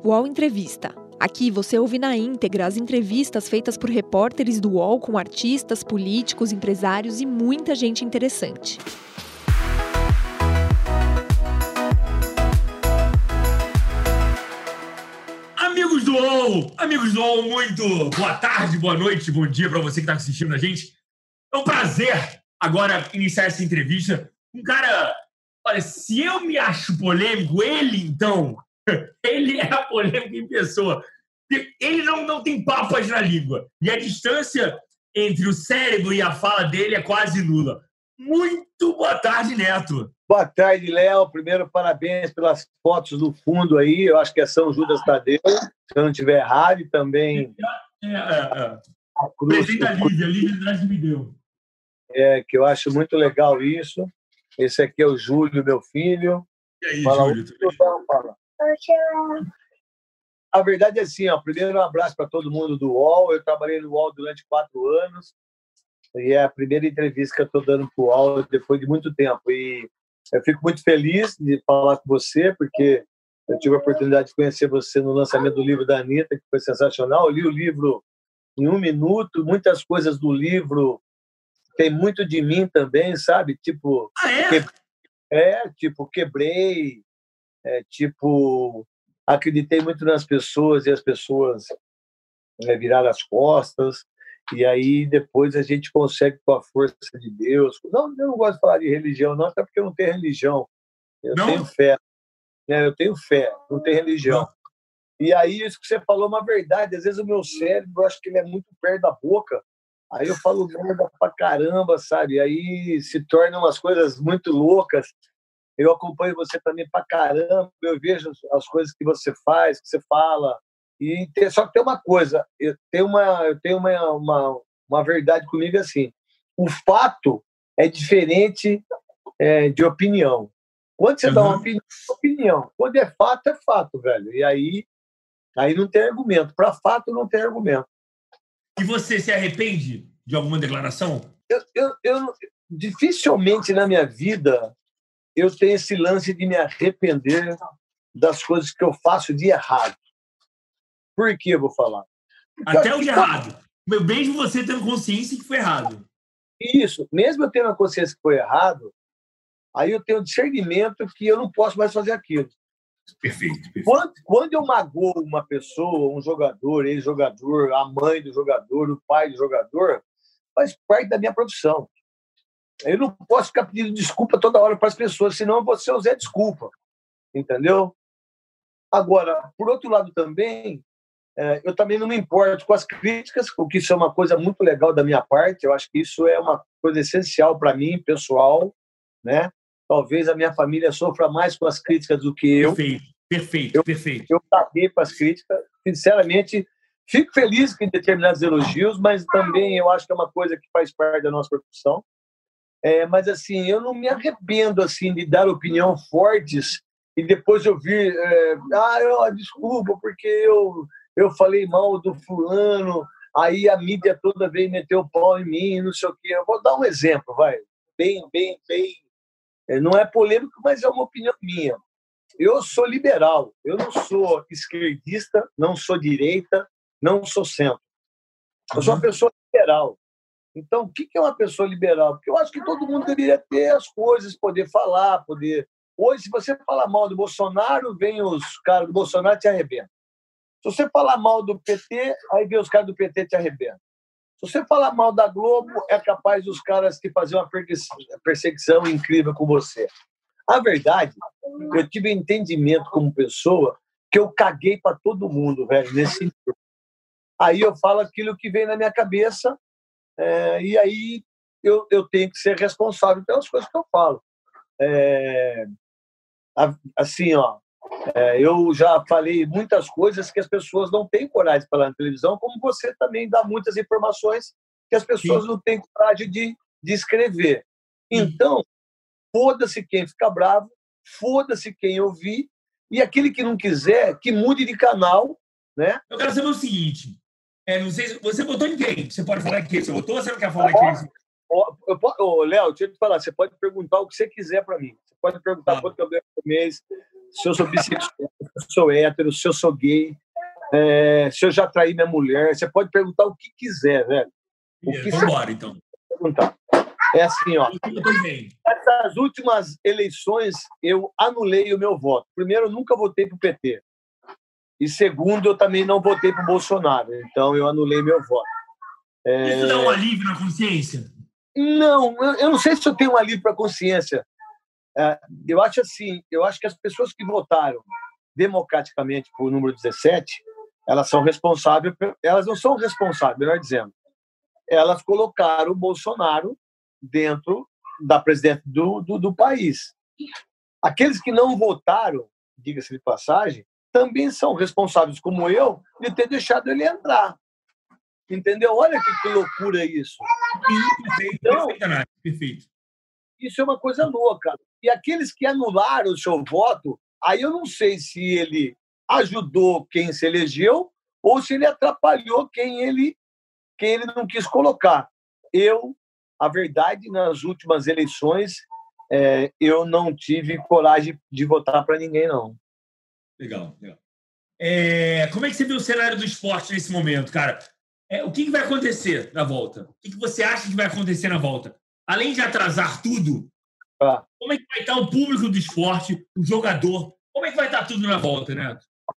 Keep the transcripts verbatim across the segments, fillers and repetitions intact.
UOL Entrevista. Aqui você ouve na íntegra as entrevistas feitas por repórteres do UOL com artistas, políticos, empresários e muita gente interessante. Amigos do UOL, amigos do UOL, muito boa tarde, boa noite, bom dia para você que está assistindo a gente. É um prazer agora iniciar essa entrevista. Um cara, olha, se eu me acho polêmico, ele então, ele é a polêmica em pessoa. Ele não, não tem papas na língua. E a distância entre o cérebro e a fala dele é quase nula. Muito boa tarde, Neto. Boa tarde, Léo. Primeiro, parabéns pelas fotos do fundo aí. Eu acho que é São Judas Tadeu, se eu não estiver errado. E também... É, é, é. A cruz, presente a Lívia, a Lívia atrás me deu. É, que eu acho muito legal isso. Esse aqui é o Júlio, meu filho. E aí, fala, Júlio? Tudo bem? Fala. A verdade é assim, ó, primeiro um abraço para todo mundo do UOL. Eu trabalhei no UOL durante quatro anos e é a primeira entrevista que eu estou dando para o UOL depois de muito tempo. E eu fico muito feliz de falar com você, porque eu tive a oportunidade de conhecer você no lançamento do livro da Anitta, que foi sensacional. Eu li o livro em um minuto, muitas coisas do livro tem muito de mim também, sabe? Tipo, ah, é? Que... é, tipo, quebrei, é, tipo, acreditei muito nas pessoas e as pessoas é, viraram as costas. E aí depois a gente consegue, com a força de Deus... Não, eu não gosto de falar de religião, não, até porque eu não tenho religião. Eu não? tenho fé. Né? Eu tenho fé, não tenho religião. Não. E aí, isso que você falou é uma verdade. Às vezes o meu cérebro, eu acho que ele é muito perto da boca. Aí eu falo merda pra caramba, sabe? Aí se tornam umas coisas muito loucas. Eu acompanho você também pra caramba. Eu vejo as coisas que você faz, que você fala. E tem, só que tem uma coisa. Eu tenho uma, eu tenho uma, uma, uma verdade comigo assim. O fato é diferente é, de opinião. Quando você uhum. dá uma opinião, é opinião. Quando é fato, é fato, velho. E aí, aí não tem argumento. Para fato, não tem argumento. E você se arrepende de alguma declaração? Eu, eu, eu dificilmente na minha vida eu tenho esse lance de me arrepender das coisas que eu faço de errado. Por que eu vou falar? Porque até o de errado. Mesmo você tendo consciência que foi errado. Isso. Mesmo eu tendo a consciência que foi errado, aí eu tenho discernimento que eu não posso mais fazer aquilo. Perfeito. perfeito. Quando, quando eu magoo uma pessoa, um jogador, ex-jogador, a mãe do jogador, o pai do jogador, faz parte da minha profissão. Eu não posso ficar pedindo desculpa toda hora para as pessoas, senão eu vou ser o Zé Desculpa. Entendeu? Agora, por outro lado também, é, eu também não me importo com as críticas, porque isso é uma coisa muito legal da minha parte. Eu acho que isso é uma coisa essencial para mim, pessoal, né? Talvez a minha família sofra mais com as críticas do que eu. Perfeito, perfeito, eu, perfeito. Eu caguei para as críticas. Sinceramente, fico feliz com determinados elogios, mas também eu acho que é uma coisa que faz parte da nossa profissão. É, mas, assim, eu não me arrependo assim, de dar opinião fortes e depois eu vir... É, ah, eu, desculpa, porque eu, eu falei mal do fulano, aí a mídia toda veio meter o pau em mim, não sei o quê. Eu vou dar um exemplo, vai. Bem, bem, bem... Não é polêmico, mas é uma opinião minha. Eu sou liberal, eu não sou esquerdista, não sou direita, não sou centro. Eu sou uma pessoa liberal. Então, o que é uma pessoa liberal? Porque eu acho que todo mundo deveria ter as coisas, poder falar, poder... Hoje, se você falar mal do Bolsonaro, vem os caras do Bolsonaro e te arrebentam. Se você falar mal do P T, aí vem os caras do P T e te arrebentam. Se você falar mal da Globo, é capaz dos caras que fazer uma perseguição incrível com você. A verdade, eu tive um entendimento como pessoa que eu caguei para todo mundo, velho, nesse sentido. Aí eu falo aquilo que vem na minha cabeça é, e aí eu, eu tenho que ser responsável pelas coisas que eu falo. É, assim, ó, é, eu já falei muitas coisas que as pessoas não têm coragem de falar na televisão, como você também dá muitas informações que as pessoas Sim. não têm coragem de, de escrever. Então, foda-se quem fica bravo, foda-se quem ouvir, e aquele que não quiser, que mude de canal, né? Eu quero saber o seguinte, é, não sei, você votou em quem? Você pode falar quem? Você votou ou você não quer falar quem? Ô, Léo, deixa eu te falar, você pode perguntar o que você quiser para mim. Você pode perguntar ah. quanto que eu ganho por mês, se eu sou bissexual, eu sou hétero, se eu sou gay, é, se eu já traí minha mulher. Você pode perguntar o que quiser, velho. O que Vamos embora, então. Perguntar. É assim, ó. Nessas últimas eleições, eu anulei o meu voto. Primeiro, eu nunca votei para o P T. E segundo, eu também não votei para o Bolsonaro. Então, eu anulei meu voto. É... Isso dá um alívio na consciência? Não, eu não sei se eu tenho um alívio para a consciência. Eu acho assim, eu acho que as pessoas que votaram democraticamente por número dezessete, elas são responsáveis, elas não são responsáveis, melhor dizendo, elas colocaram o Bolsonaro dentro da presidente do, do, do país. Aqueles que não votaram, diga-se de passagem, também são responsáveis, como eu, de ter deixado ele entrar. Entendeu? Olha que, que loucura isso. Perfeito, então, perfeito, perfeito. Isso é uma coisa louca. E aqueles que anularam o seu voto, aí eu não sei se ele ajudou quem se elegeu ou se ele atrapalhou quem ele, quem ele não quis colocar. Eu, a verdade, nas últimas eleições, é, eu não tive coragem de votar para ninguém, não. Legal, legal. É, como é que você viu o cenário do esporte nesse momento, cara? É, o que, que vai acontecer na volta? O que, que você acha que vai acontecer na volta? Além de atrasar tudo, ah. como é que vai estar o público do esporte, o jogador? Como é que vai estar tudo na volta, né?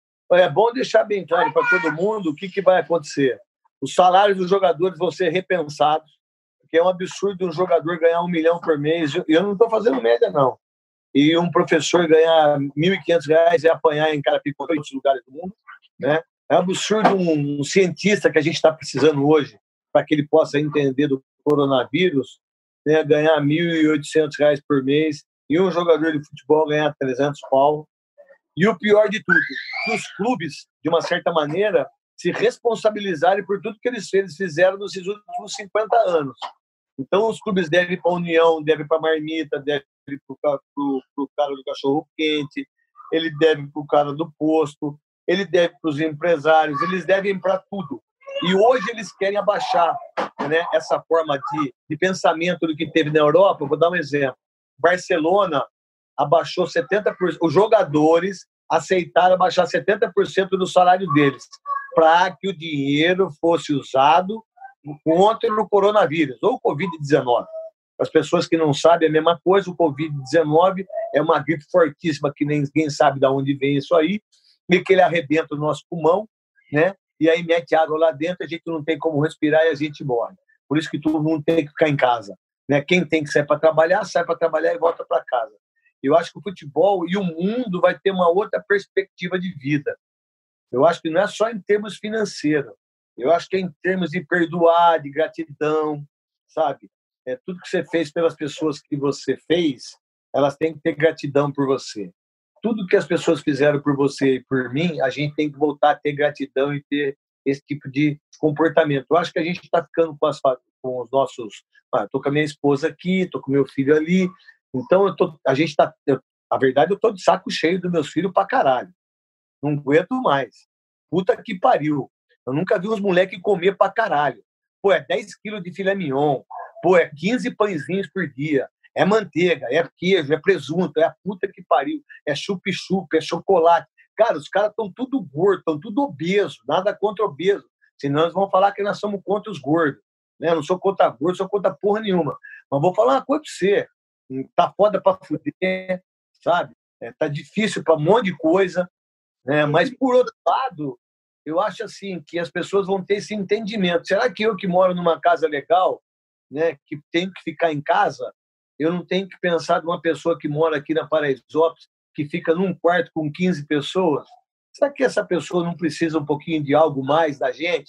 É bom deixar bem claro para todo mundo o que, que vai acontecer. Os salários dos jogadores vão ser repensados, porque é um absurdo um jogador ganhar um milhão por mês. Eu não estou fazendo média, não. E um professor ganhar mil e quinhentos reais e apanhar em Carapicuíba, em outros lugares do mundo, né? É um absurdo um, um cientista que a gente está precisando hoje para que ele possa entender do coronavírus, né, ganhar mil e oitocentos reais por mês e um jogador de futebol ganhar trezentos pau. E o pior de tudo, que os clubes, de uma certa maneira, se responsabilizarem por tudo que eles, eles fizeram nos últimos cinquenta anos. Então, os clubes devem para a União, devem para a Marmita, devem para o cara do cachorro-quente, ele deve para o cara do posto, ele deve para os empresários, eles devem para tudo. E hoje eles querem abaixar, né, essa forma de, de pensamento do que teve na Europa. Vou dar um exemplo. Barcelona abaixou setenta por cento, os jogadores aceitaram abaixar setenta por cento do salário deles, para que o dinheiro fosse usado contra o coronavírus, ou o covid dezenove. Para as pessoas que não sabem, é a mesma coisa, o covid dezenove é uma gripe fortíssima que ninguém sabe de onde vem isso aí, e que ele arrebenta o nosso pulmão, né? E aí mete água lá dentro, a gente não tem como respirar e a gente morre. Por isso que todo mundo tem que ficar em casa, né? Quem tem que sair para trabalhar, sai para trabalhar e volta para casa. Eu acho que o futebol e o mundo vai ter uma outra perspectiva de vida. Eu acho que não é só em termos financeiros. Eu acho que é em termos de perdoar, de gratidão, sabe? É, tudo que você fez pelas pessoas que você fez, elas têm que ter gratidão por você. Tudo que as pessoas fizeram por você e por mim, a gente tem que voltar a ter gratidão e ter esse tipo de comportamento. Eu acho que a gente está ficando com, as, com os nossos... Ah, estou com a minha esposa aqui, estou com meu filho ali. Então, eu tô, a gente está... A verdade, eu estou de saco cheio dos meus filhos pra caralho. Não aguento mais. Puta que pariu. Eu nunca vi uns moleques comer pra caralho. Pô, é dez quilos de filé mignon. Pô, é quinze pãezinhos por dia. É manteiga, é queijo, é presunto, é a puta que pariu. É chup-chup, é chocolate. Cara, os caras estão tudo gordos, estão tudo obeso. Nada contra obeso. Senão eles vão falar que nós somos contra os gordos. Né? Eu não sou contra gordo, sou contra porra nenhuma. Mas vou falar uma coisa pra você. Tá foda pra fuder, sabe? É, tá difícil pra um monte de coisa. Né? Mas, por outro lado, eu acho assim que as pessoas vão ter esse entendimento. Será que eu que moro numa casa legal, né, que tenho que ficar em casa, eu não tenho que pensar de uma pessoa que mora aqui na Paraisópolis, que fica num quarto com quinze pessoas? Será que essa pessoa não precisa um pouquinho de algo mais da gente?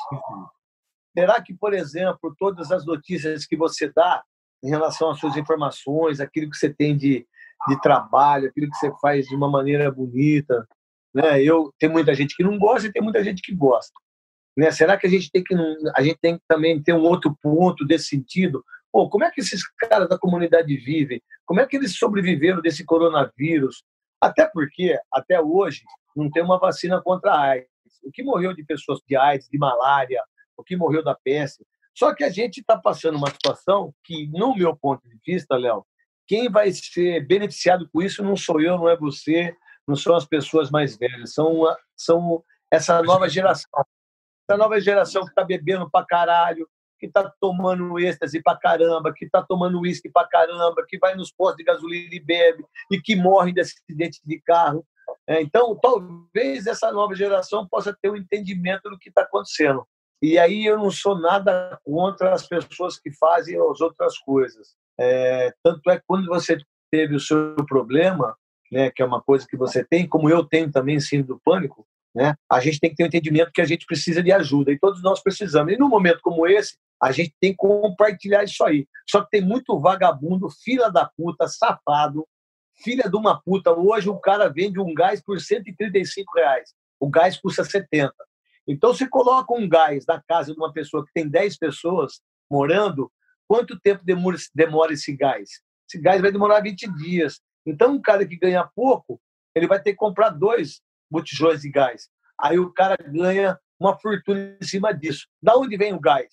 Será que, por exemplo, todas as notícias que você dá em relação às suas informações, aquilo que você tem de, de trabalho, aquilo que você faz de uma maneira bonita, né? Eu, tem muita gente que não gosta e tem muita gente que gosta. Né? Será que a gente tem que a gente tem que também ter um outro ponto desse sentido? Pô, como é que esses caras da comunidade vivem? Como é que eles sobreviveram desse coronavírus? Até porque, até hoje, não tem uma vacina contra a AIDS. O que morreu de pessoas de AIDS, de malária, o que morreu da peste. Só que a gente está passando uma situação que, no meu ponto de vista, Léo, quem vai ser beneficiado com isso não sou eu, não é você, não são as pessoas mais velhas, são, são essa nova geração. Essa nova geração que está bebendo pra caralho, que está tomando êxtase pra caramba, que está tomando uísque pra caramba, que vai nos postos de gasolina e bebe, e que morre de acidente de carro. É, então, talvez essa nova geração possa ter um entendimento do que está acontecendo. E aí eu não sou nada contra as pessoas que fazem as outras coisas. É, tanto é que quando você teve o seu problema, né, que é uma coisa que você tem, como eu tenho também, síndrome do pânico, né, a gente tem que ter um entendimento que a gente precisa de ajuda, e todos nós precisamos. E num momento como esse, a gente tem que compartilhar isso aí. Só que tem muito vagabundo, filha da puta, safado, filha de uma puta. Hoje o cara vende um gás por cento e trinta e cinco reais. O gás custa setenta. Então, se coloca um gás na casa de uma pessoa que tem dez pessoas morando, quanto tempo demora, demora esse gás? Esse gás vai demorar vinte dias. Então, um cara que ganha pouco, ele vai ter que comprar dois botijões de gás. Aí o cara ganha uma fortuna em cima disso. Da onde vem o gás?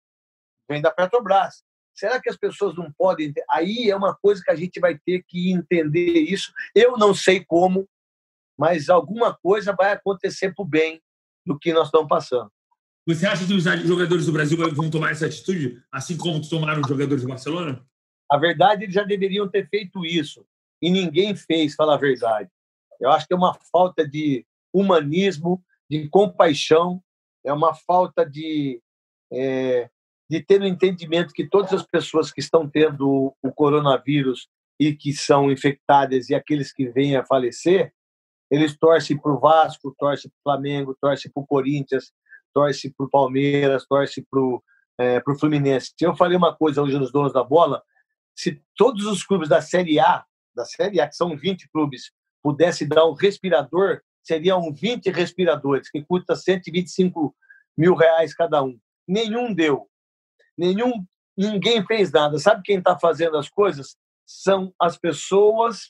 Vem da Petrobras. Será que as pessoas não podem... Aí é uma coisa que a gente vai ter que entender isso. Eu não sei como, mas alguma coisa vai acontecer para o bem do que nós estamos passando. Você acha que os jogadores do Brasil vão tomar essa atitude, assim como tomaram os jogadores do Barcelona? A verdade, eles já deveriam ter feito isso. E ninguém fez, falar a verdade. Eu acho que é uma falta de humanismo, de compaixão, é uma falta de, é, de ter o um entendimento que todas as pessoas que estão tendo o coronavírus e que são infectadas e aqueles que vêm a falecer, eles torcem para o Vasco, torcem para o Flamengo, torcem para o Corinthians, torcem para o Palmeiras, torcem para o é, Fluminense. Eu falei uma coisa hoje nos Donos da Bola, se todos os clubes da Série A, da Série A, que são vinte clubes, pudessem dar um respirador, seriam vinte respiradores, que custa cento e vinte e cinco mil reais cada um. Nenhum deu. Nenhum, ninguém fez nada. Sabe quem está fazendo as coisas? São as pessoas...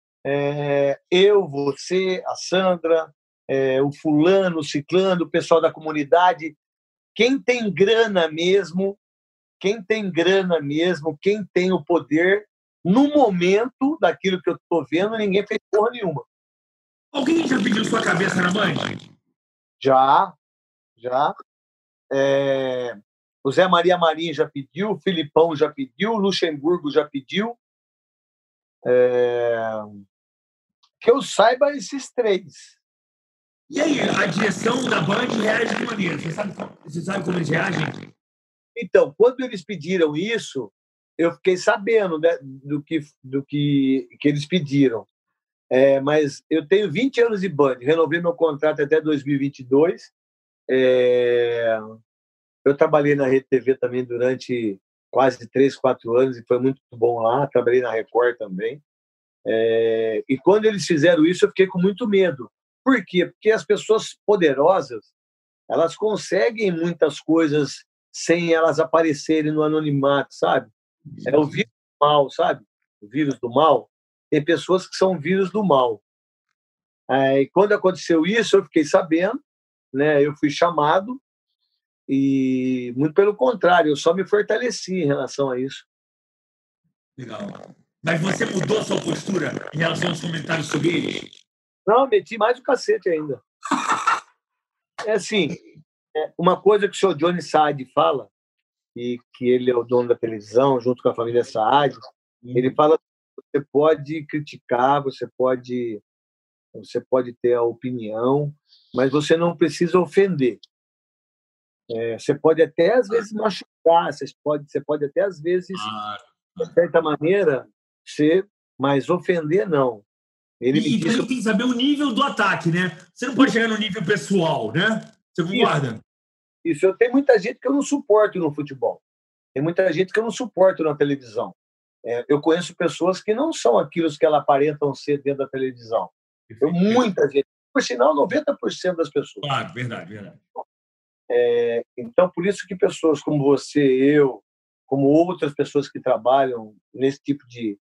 É, eu, você, a Sandra, é, o fulano, o ciclano, o pessoal da comunidade. Quem tem grana mesmo, quem tem grana mesmo, quem tem o poder, no momento daquilo que eu estou vendo, ninguém fez porra nenhuma. Alguém já pediu sua cabeça na Band? Já, já. É, o Zé Maria Marinho já pediu, o Filipão já pediu, o Luxemburgo já pediu. É... Que eu saiba esses três. E aí, a direção da Band reage de que maneira? Você sabe, você sabe como eles reagem? Então, quando eles pediram isso, eu fiquei sabendo, né, do, que, do que, que eles pediram. É, mas eu tenho vinte anos de Band, renovei meu contrato até dois mil e vinte e dois. É, eu trabalhei na Rede T V também durante quase três, quatro anos e foi muito bom lá. Trabalhei na Record também. É, e quando eles fizeram isso, eu fiquei com muito medo. Por quê? Porque as pessoas poderosas, elas conseguem muitas coisas sem elas aparecerem no anonimato, sabe? É o vírus do mal, sabe? O vírus do mal. Tem pessoas que são vírus do mal. É, e quando aconteceu isso, eu fiquei sabendo, né? Eu fui chamado e, muito pelo contrário, eu só me fortaleci em relação a isso. Legal. Mas você mudou sua postura em relação aos comentários sobre eles? Não, meti mais o cacete ainda. É assim, é uma coisa que o senhor Johnny Saad fala, e que ele é o dono da televisão, junto com a família Saad, ele fala que você pode criticar, você pode, você pode ter a opinião, mas você não precisa ofender. É, você pode até, às vezes, machucar, você pode, você pode até, às vezes, de certa maneira, ser, mas ofender, não. Ele e então a gente tem que saber o nível do ataque, né? Você não pode chegar no nível pessoal, né? Você concorda? Isso. Isso. Eu tenho muita gente que eu não suporto no futebol. Tem muita gente que eu não suporto na televisão. É, eu conheço pessoas que não são aquilo que elas aparentam ser dentro da televisão. Eu, muita gente. Por sinal, noventa por cento das pessoas. Claro, verdade, verdade. É, então, por isso que pessoas como você, eu, como outras pessoas que trabalham nesse tipo de,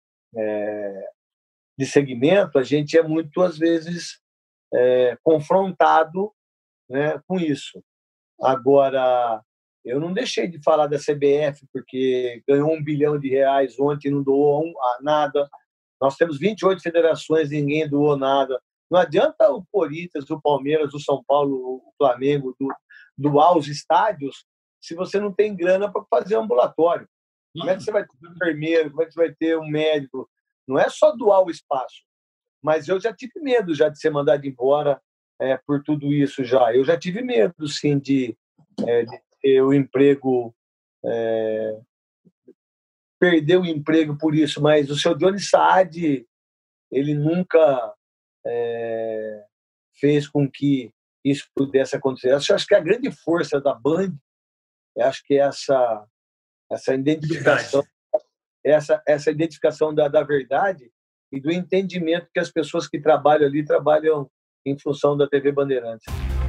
é, de segmento, a gente é muito, às vezes, é, confrontado, né, com isso. Agora, eu não deixei de falar da C B F porque ganhou um bilhão de reais ontem e não doou nada Nós temos vinte e oito federações, ninguém doou nada. Não adianta o Corinthians, o Palmeiras, o São Paulo, o Flamengo do, doar os estádios se você não tem grana para fazer ambulatório. Como é que você vai ter um enfermeiro? Como é que você vai ter um médico? Não é só doar o espaço. Mas eu já tive medo já de ser mandado embora é, por tudo isso já. Eu já tive medo, sim, de, é, de ter o emprego... É, perder o emprego por isso. Mas o seu Johnny Saad, ele nunca é, fez com que isso pudesse acontecer. Eu acho que a grande força da Band, eu acho que é essa, essa identificação, essa, essa identificação da, da verdade e do entendimento que as pessoas que trabalham ali trabalham em função da T V Bandeirantes.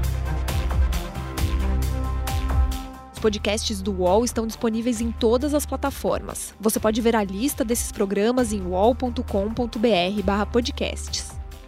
Os podcasts do U O L estão disponíveis em todas as plataformas. Você pode ver a lista desses programas em uol ponto com ponto br barra podcasts.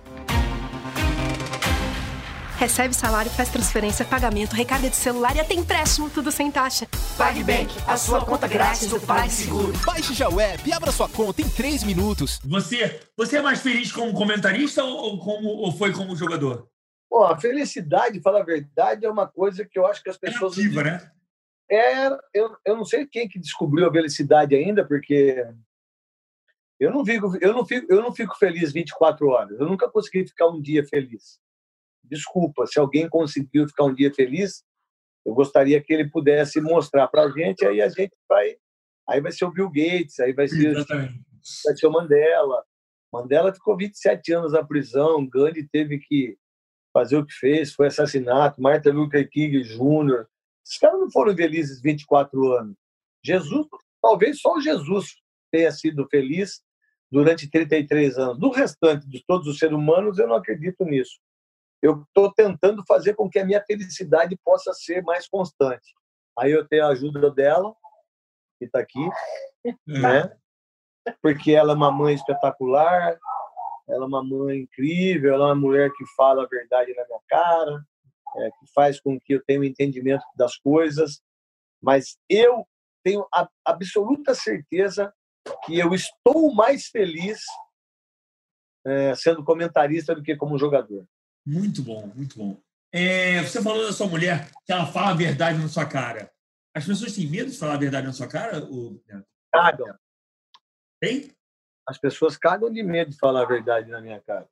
Recebe salário, faz transferência, pagamento, recarga de celular e até empréstimo, tudo sem taxa. PagBank, a sua conta grátis do PagSeguro. Baixe já o app e abra sua conta em três minutos. Você, você é mais feliz como comentarista ou, como, ou foi como jogador? Bom, a felicidade, falar a verdade, é uma coisa que eu acho que as pessoas... É ativa, né? É, eu, eu não sei quem que descobriu a felicidade ainda, porque eu não fico, eu não fico, eu não fico feliz vinte e quatro horas. Eu nunca consegui ficar um dia feliz. Desculpa, se alguém conseguiu ficar um dia feliz, eu gostaria que ele pudesse mostrar para a gente, aí a gente vai... Aí vai ser o Bill Gates, aí vai ser, vai ser o Mandela. Mandela ficou vinte e sete anos na prisão, Gandhi teve que fazer o que fez, foi assassinato, Martin Luther King Júnior Esses caras não foram felizes vinte e quatro anos. Jesus, talvez só o Jesus tenha sido feliz durante trinta e três anos. Do restante de todos os seres humanos, eu não acredito nisso. Eu estou tentando fazer com que a minha felicidade possa ser mais constante. Aí eu tenho a ajuda dela, que está aqui, uhum. né? Porque ela é uma mãe espetacular, ela é uma mãe incrível, ela é uma mulher que fala a verdade na minha cara, é, que faz com que eu tenha um entendimento das coisas, mas eu tenho a absoluta certeza que eu estou mais feliz é, sendo comentarista do que como jogador. Muito bom, muito bom. É, você falou da sua mulher que ela fala a verdade na sua cara. As pessoas têm medo de falar a verdade na sua cara? Ou... Cagam. Tem? As pessoas cagam de medo de falar a verdade na minha cara.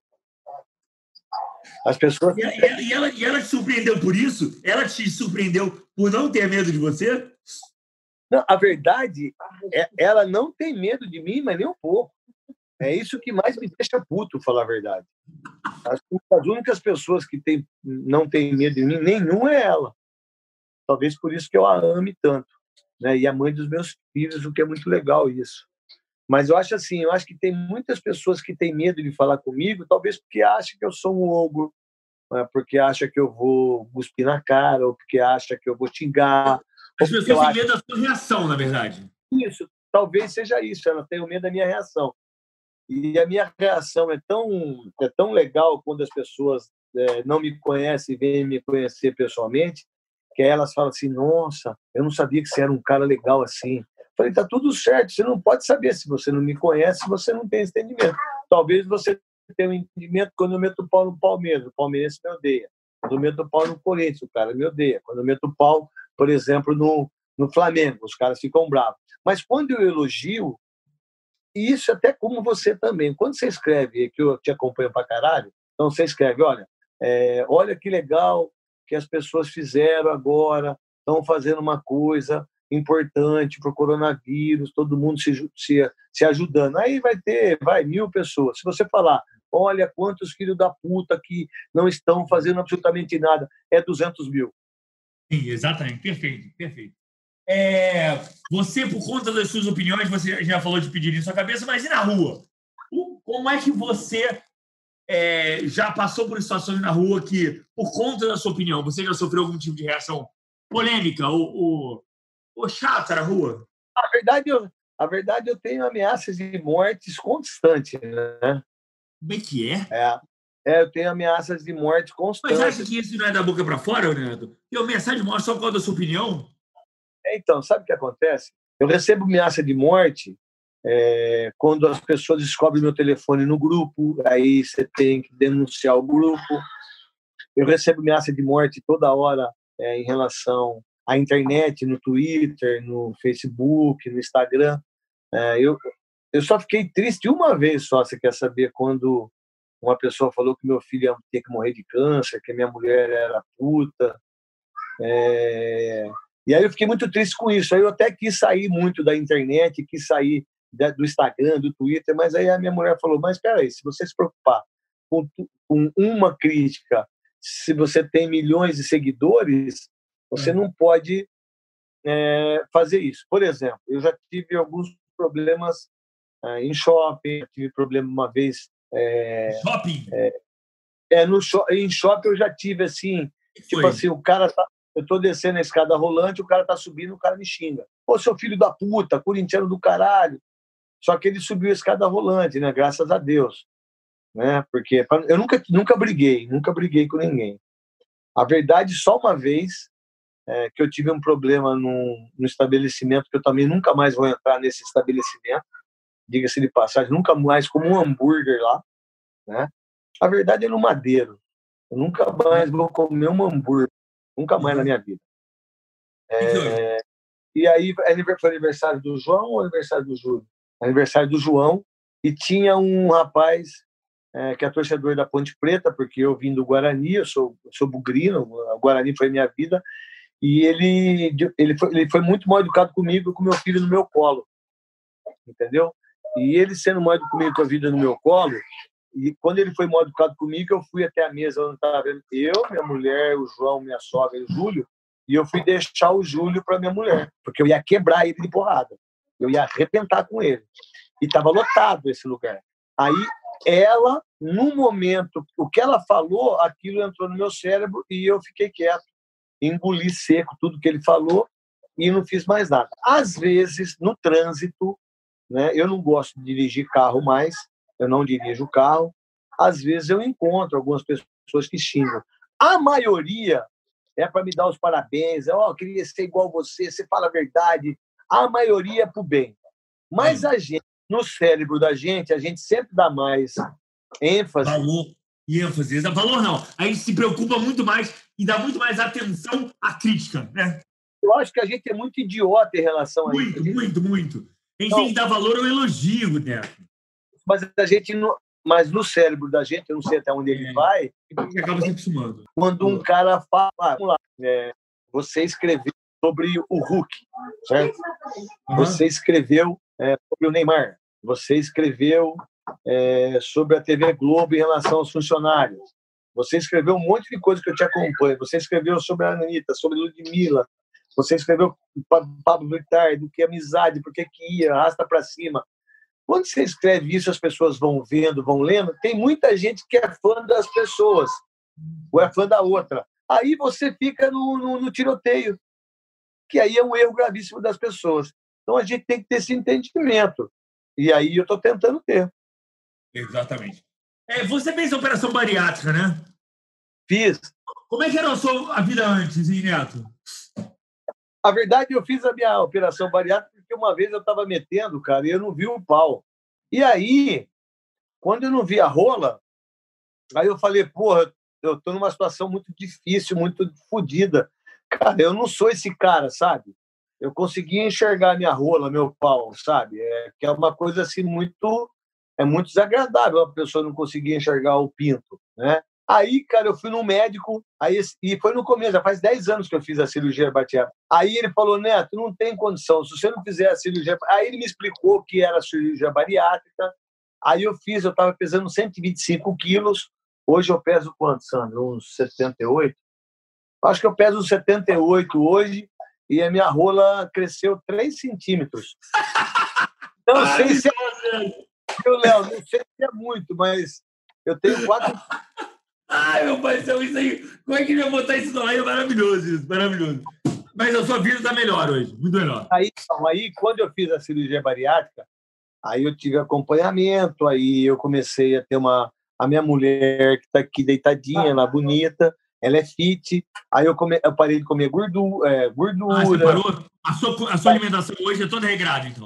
As pessoas... E, e, e, ela, e ela te surpreendeu por isso? Ela te surpreendeu por não ter medo de você? Não, a verdade, é, ela não tem medo de mim, mas nem um pouco. É isso que mais me deixa puto, falar a verdade. As, as únicas pessoas que tem, não têm medo de mim, nenhum é ela. Talvez por isso que eu a ame tanto. Né? E a mãe dos meus filhos, o que é muito legal isso. Mas eu acho assim, eu acho que tem muitas pessoas que têm medo de falar comigo, talvez porque acham que eu sou um ogro, né? Porque acham que eu vou cuspir na cara, ou porque acham que eu vou xingar. As pessoas têm acho... medo da sua reação, na verdade. Isso, talvez seja isso, elas têm medo da minha reação. E a minha reação é tão, é tão legal quando as pessoas é, não me conhecem e vêm me conhecer pessoalmente, que elas falam assim, nossa, eu não sabia que você era um cara legal assim. Eu falei, tá tudo certo, você não pode saber se você não me conhece, se você não tem esse entendimento. Talvez você tenha um entendimento quando eu meto o pau no Palmeiras, o palmeirense me odeia. Quando eu meto o pau no Corinthians, o cara me odeia. Quando eu meto o pau, por exemplo, no, no Flamengo, os caras ficam bravos. Mas quando eu elogio, e isso até como você também. Quando você escreve, que eu te acompanho pra caralho, então você escreve, olha, é, olha que legal que as pessoas fizeram agora, estão fazendo uma coisa importante para o coronavírus, todo mundo se, se, se ajudando. Aí vai ter, vai, mil pessoas. Se você falar, olha quantos filhos da puta que não estão fazendo absolutamente nada, é duzentos mil. Sim, exatamente. Perfeito, perfeito. É, você, por conta das suas opiniões, você já falou de pedir em sua cabeça, mas e na rua? Como é que você é, já passou por situações na rua que, por conta da sua opinião, você já sofreu algum tipo de reação polêmica ou, ou, ou chata na rua? A verdade, eu, a verdade, eu tenho ameaças de mortes constantes, né? Como é que é? É. É, eu tenho ameaças de morte constantes. Mas acha que isso não é da boca para fora, Leandro? E a mensagem de morte só por causa da sua opinião? Então, sabe o que acontece? Eu recebo ameaça de morte É, quando as pessoas descobrem meu telefone no grupo, aí você tem que denunciar o grupo. Eu recebo ameaça de morte toda hora é, em relação à internet, no Twitter, no Facebook, no Instagram. É, eu, eu só fiquei triste uma vez só, você quer saber, quando uma pessoa falou que meu filho ia ter que morrer de câncer, que minha mulher era puta. É, e aí eu fiquei muito triste com isso. Aí eu até quis sair muito da internet, quis sair do Instagram, do Twitter, mas aí a minha mulher falou, mas espera aí, se você se preocupar com, com uma crítica, se você tem milhões de seguidores, você não pode é, fazer isso. Por exemplo, eu já tive alguns problemas é, em shopping, eu tive problema uma vez... É, shopping? É, é, no shop, em shopping eu já tive, assim, tipo assim, o cara tá... Eu tô descendo a escada rolante, o cara tá subindo, o cara me xinga. Pô, seu filho da puta, corintiano do caralho. Só que ele subiu a escada rolante, né? Graças a Deus. Né? Porque eu nunca, nunca briguei, nunca briguei com ninguém. A verdade, só uma vez é, que eu tive um problema no, no estabelecimento, que eu também nunca mais vou entrar nesse estabelecimento, diga-se de passagem, nunca mais como um hambúrguer lá. Né? A verdade é no Madeiro. Eu nunca mais vou comer um hambúrguer. Nunca mais na minha vida. É, e aí, foi aniversário do João ou aniversário do Júlio? Aniversário do João, e tinha um rapaz é, que é torcedor da Ponte Preta, porque eu vim do Guarani, eu sou, sou bugrino, o Guarani foi minha vida, e ele, ele, foi, ele foi muito mal educado comigo, com meu filho no meu colo, entendeu? E ele sendo mal educado comigo, com a vida no meu colo, e quando ele foi mal educado comigo, eu fui até a mesa onde estava eu, minha mulher, o João, minha sogra e o Júlio, e eu fui deixar o Júlio para minha mulher, porque eu ia quebrar ele de porrada. Eu ia arrebentar com ele. E estava lotado esse lugar. Aí, ela, no momento, o que ela falou, aquilo entrou no meu cérebro e eu fiquei quieto. Engoli seco tudo que ele falou e não fiz mais nada. Às vezes, no trânsito, né, eu não gosto de dirigir carro mais, eu não dirijo carro. Às vezes, eu encontro algumas pessoas que xingam. A maioria é para me dar os parabéns. Ó, oh, queria ser igual você, você fala a verdade. A maioria é para o bem. Mas a gente, no cérebro da gente, a gente sempre dá mais ênfase. Valor e ênfase. Valor não. A gente se preocupa muito mais e dá muito mais atenção à crítica, né? Eu acho que a gente é muito idiota em relação a muito, isso. Muito, muito, muito. A gente então, tem que dar valor ao elogio, né? Mas a gente, no, mas no cérebro da gente, eu não sei até onde é. ele vai. A gente acaba se acostumando. Quando um cara fala, vamos lá, é, você escreveu sobre o Hulk, certo? Uhum. Você escreveu é, sobre o Neymar. Você escreveu é, sobre a T V Globo em relação aos funcionários. Você escreveu um monte de coisa que eu te acompanho. Você escreveu sobre a Anitta, sobre a Ludmilla. Você escreveu para Pablo Vittar, do que amizade, por que ia, arrasta para cima. Quando você escreve isso, as pessoas vão vendo, vão lendo. Tem muita gente que é fã das pessoas, ou é fã da outra. Aí você fica no, no, no tiroteio, que aí é um erro gravíssimo das pessoas. Então a gente tem que ter esse entendimento. E aí eu estou tentando ter. Exatamente. É, você fez a operação bariátrica, né? Fiz. Como é que era a sua a vida antes, hein, Neto? A verdade, eu fiz a minha operação bariátrica porque uma vez eu estava metendo, cara, e eu não vi o pau. E aí, quando eu não vi a rola, aí eu falei, porra, eu estou numa situação muito difícil, muito fodida. Cara, eu não sou esse cara, sabe? Eu consegui enxergar a minha rola, meu pau, sabe? É, que é uma coisa assim muito... É muito desagradável a pessoa não conseguir enxergar o pinto, né? Aí, cara, eu fui num médico, aí, e foi no começo, já faz dez anos que eu fiz a cirurgia bariátrica. Aí ele falou, Neto, não tem condição, se você não fizer a cirurgia... Aí ele me explicou que era a cirurgia bariátrica, aí eu fiz, eu estava pesando cento e vinte e cinco quilos, hoje eu peso quanto, Sandro? Uns setenta e oito? Acho que eu peso uns setenta e oito hoje, e a minha rola cresceu três centímetros. Não sei se é... Eu, Léo, não sei se é muito, mas eu tenho quatro... Ai, meu pai, isso aí. Como é que ele vai botar isso no ar? É maravilhoso isso, maravilhoso. Mas a sua vida está melhor hoje, muito melhor. Aí, então, aí, quando eu fiz a cirurgia bariátrica, aí eu tive acompanhamento, aí eu comecei a ter uma... A minha mulher, que está aqui deitadinha, ela é bonita, ela é fit, aí eu, come... eu parei de comer gordura. É, gordura. Ah, você parou? A sua, a sua alimentação hoje é toda regrada, então?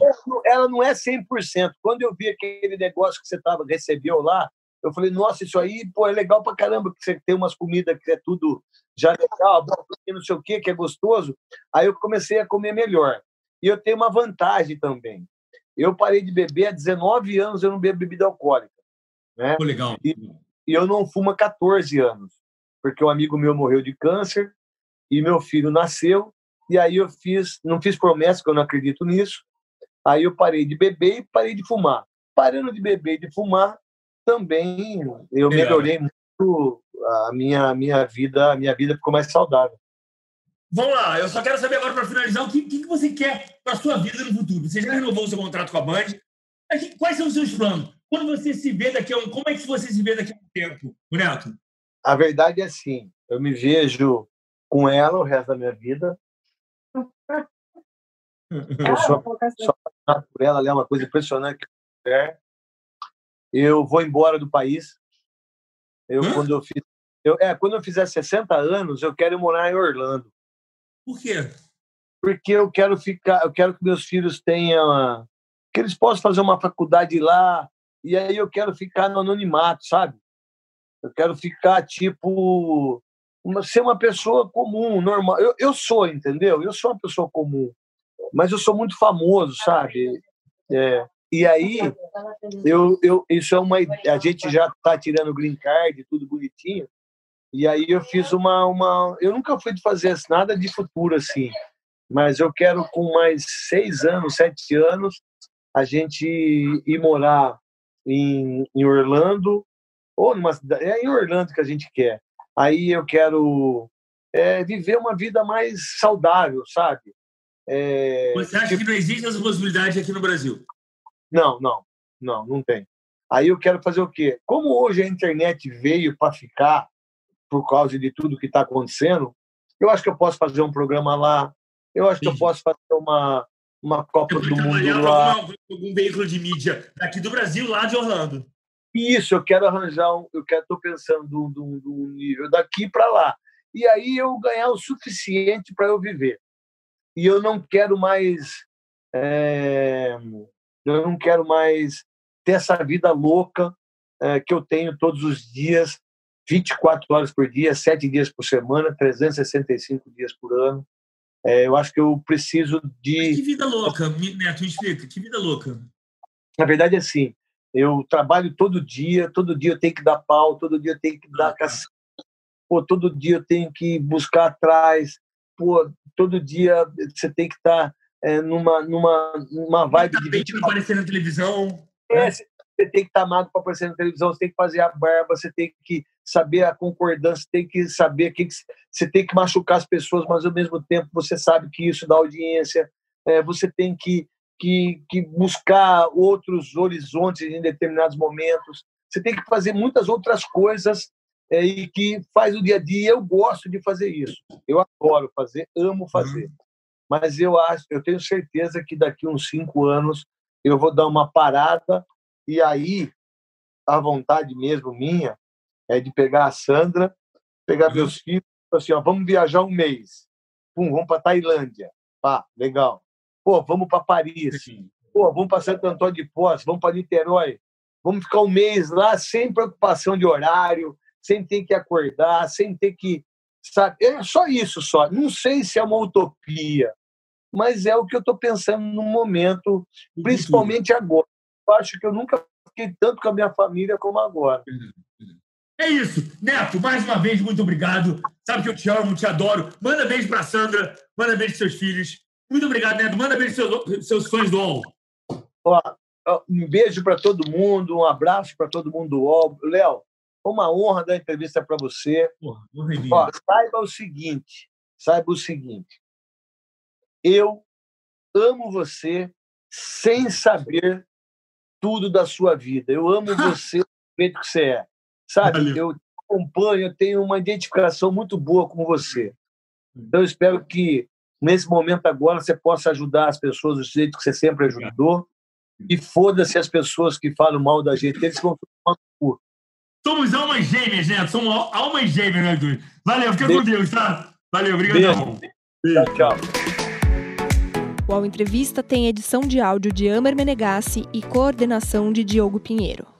ela não é cem por cento. Quando eu vi aquele negócio que você tava, recebeu lá, eu falei, nossa, isso aí, pô, é legal pra caramba, que você tem umas comidas que é tudo já legal, não sei o quê, que é gostoso. Aí eu comecei a comer melhor. E eu tenho uma vantagem também. Eu parei de beber há dezenove anos, eu não bebo bebida alcoólica. Né? Pô, legal. E, e eu não fumo há catorze anos, porque um amigo meu morreu de câncer e meu filho nasceu, e aí eu fiz, não fiz promessa, porque eu não acredito nisso, aí eu parei de beber e parei de fumar. Parando de beber e de fumar, também eu melhorei muito a minha, minha vida, a minha vida ficou mais saudável. Vamos lá, eu só quero saber agora, para finalizar, o que, que você quer para a sua vida no futuro? Você já renovou o seu contrato com a Band? Quais são os seus planos? Quando você se vê daqui a um... Como é que você se vê daqui a um tempo, Neto? A verdade é assim, eu me vejo com ela o resto da minha vida. Eu sou apaixonado por ela, ela é uma coisa impressionante. Eu vou embora do país. Eu, Hã? quando eu, fiz, eu, é, quando eu fizer sessenta anos, eu quero morar em Orlando. Por quê? Porque eu quero ficar, eu quero que meus filhos tenham, que eles possam fazer uma faculdade lá, e aí eu quero ficar no anonimato, sabe? Eu quero ficar, tipo, uma, ser uma pessoa comum, normal. Eu, eu sou, entendeu? Eu sou uma pessoa comum, mas eu sou muito famoso, sabe? É, e aí, eu, eu, isso é uma... A gente já está tirando o green card, tudo bonitinho, e aí eu fiz uma, uma... Eu nunca fui de fazer nada de futuro, assim, mas eu quero, com mais seis anos, sete anos, a gente ir morar em, em Orlando, ou numa cidade... É em Orlando que a gente quer. Aí eu quero é, viver uma vida mais saudável, sabe? É, Você acha tipo... que não existe essa possibilidade aqui no Brasil? Não, não, não, não tem. Aí eu quero fazer o quê? Como hoje a internet veio para ficar, por causa de tudo que está acontecendo, eu acho que eu posso fazer um programa lá, eu acho que eu posso fazer uma, uma Copa do Mundo lá. Algum, algum veículo de mídia daqui do Brasil, lá de Orlando. Isso, eu quero arranjar, um, eu quero, estou pensando de um nível daqui para lá. E aí eu ganhar o suficiente para eu viver. E eu não quero mais... É, eu não quero mais ter essa vida louca é, que eu tenho todos os dias, vinte e quatro horas por dia, sete dias por semana, trezentos e sessenta e cinco dias por ano. É, eu acho que eu preciso de... Mas que vida louca, Neto, me explica, que vida louca? Na verdade, é assim, eu trabalho todo dia, todo dia eu tenho que dar pau, todo dia eu tenho que dar cacete, pô, todo dia eu tenho que buscar atrás, pô, todo dia você tem que estar é, numa, numa, numa vibe tá de... vinte para aparecer na televisão. É, você tem que estar magro para aparecer na televisão, você tem que fazer a barba, você tem que saber a concordância, você tem que saber que você tem que machucar as pessoas, mas ao mesmo tempo você sabe que isso dá audiência, é, você tem que, que, que buscar outros horizontes em determinados momentos, você tem que fazer muitas outras coisas é, e que faz o dia a dia. Eu gosto de fazer isso, eu adoro fazer, amo fazer, uhum. Mas eu acho, eu tenho certeza que daqui a uns cinco anos eu vou dar uma parada. E aí, a vontade mesmo minha é de pegar a Sandra, pegar uhum. meus filhos, assim, ó, vamos viajar um mês. Pum, vamos para Tailândia. Pá, legal. Pô, vamos para Paris. Pô, vamos para Santo Antônio de Poços, vamos para Niterói. Vamos ficar um mês lá sem preocupação de horário, sem ter que acordar, sem ter que... Sabe? É só isso, só. Não sei se é uma utopia, mas é o que eu estou pensando no momento, principalmente agora. Eu acho que eu nunca fiquei tanto com a minha família como agora. É isso. Neto, mais uma vez, muito obrigado. Sabe que eu te amo, te adoro. Manda beijo para Sandra, manda beijo para seus filhos. Muito obrigado, Neto. Manda beijo para seus, seus fãs do U O L. Ó, um beijo para todo mundo, um abraço para todo mundo do U O L. Léo, uma honra dar entrevista para você. Porra, Ó, saiba o seguinte, saiba o seguinte. Eu amo você sem saber tudo da sua vida. Eu amo você do jeito que você é. Sabe? Valeu. Eu te acompanho, eu tenho uma identificação muito boa com você. Então, eu espero que, nesse momento agora, você possa ajudar as pessoas do jeito que você sempre ajudou. E foda-se as pessoas que falam mal da gente. Eles vão tomar no cu. Somos almas gêmeas, né? Somos almas gêmeas, né, Arthur? Valeu, fica Beijo. com Deus, tá? Valeu, obrigadão. Beijo. Beijo. Tchau, tchau. O UOL Entrevista tem edição de áudio de Amer Menegassi e coordenação de Diogo Pinheiro.